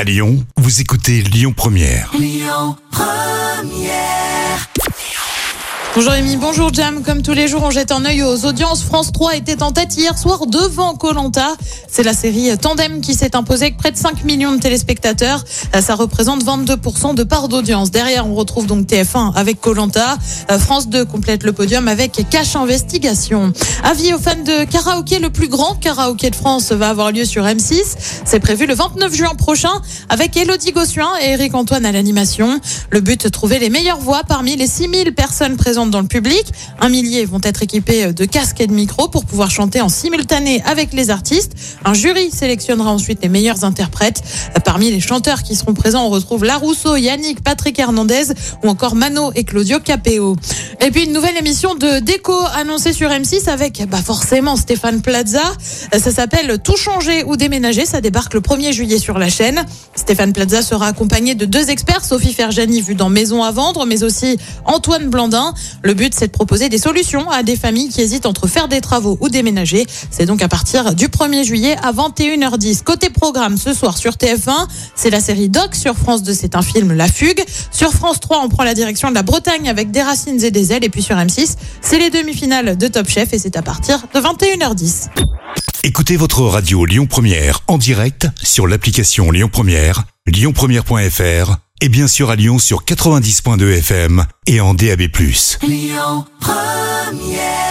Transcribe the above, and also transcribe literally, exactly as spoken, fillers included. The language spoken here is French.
À Lyon, vous écoutez Lyon Première. Lyon Première. Bonjour Rémi, bonjour Jam. Comme tous les jours, on jette un œil aux audiences. France trois était en tête hier soir devant Koh-Lanta. C'est la série Tandem qui s'est imposée avec près de cinq millions de téléspectateurs. Ça représente vingt-deux pour cent de part d'audience. Derrière, on retrouve donc T F un avec Koh-Lanta. France deux complète le podium avec Cache Investigation. Avis aux fans de karaoké, le plus grand karaoké de France va avoir lieu sur M six. C'est prévu le vingt-neuf juin prochain avec Élodie Gossuin et Éric Antoine à l'animation. Le but, trouver les meilleures voix parmi les six mille personnes présentes dans le public. Un millier vont être équipés de casques et de micros pour pouvoir chanter en simultané avec les artistes. Un jury sélectionnera ensuite les meilleurs interprètes. Parmi les chanteurs qui seront présents, on retrouve Larousseau, Yannick, Patrick Hernandez ou encore Mano et Claudio Capéo. Et puis une nouvelle émission de Déco annoncée sur M six avec bah forcément Stéphane Plaza. Ça s'appelle Tout changer ou déménager. Ça débarque le premier juillet sur la chaîne. Stéphane Plaza sera accompagné de deux experts, Sophie Ferjani vue dans Maison à vendre, mais aussi Antoine Blandin. Le but, c'est de proposer des solutions à des familles qui hésitent entre faire des travaux ou déménager. C'est donc à partir du premier juillet à vingt et une heures dix. Côté programme, ce soir sur T F un, c'est la série Doc. Sur France deux, c'est un film, La Fugue. Sur France trois, on prend la direction de la Bretagne avec Des racines et des ailes. Et puis sur M six, c'est les demi-finales de Top Chef et c'est à partir de vingt et une heures dix. Écoutez votre radio Lyon Première en direct sur l'application Lyon Première, lyon première point f r et bien sûr à Lyon sur quatre-vingt-dix point deux F M et en D A B plus. Lyon Première.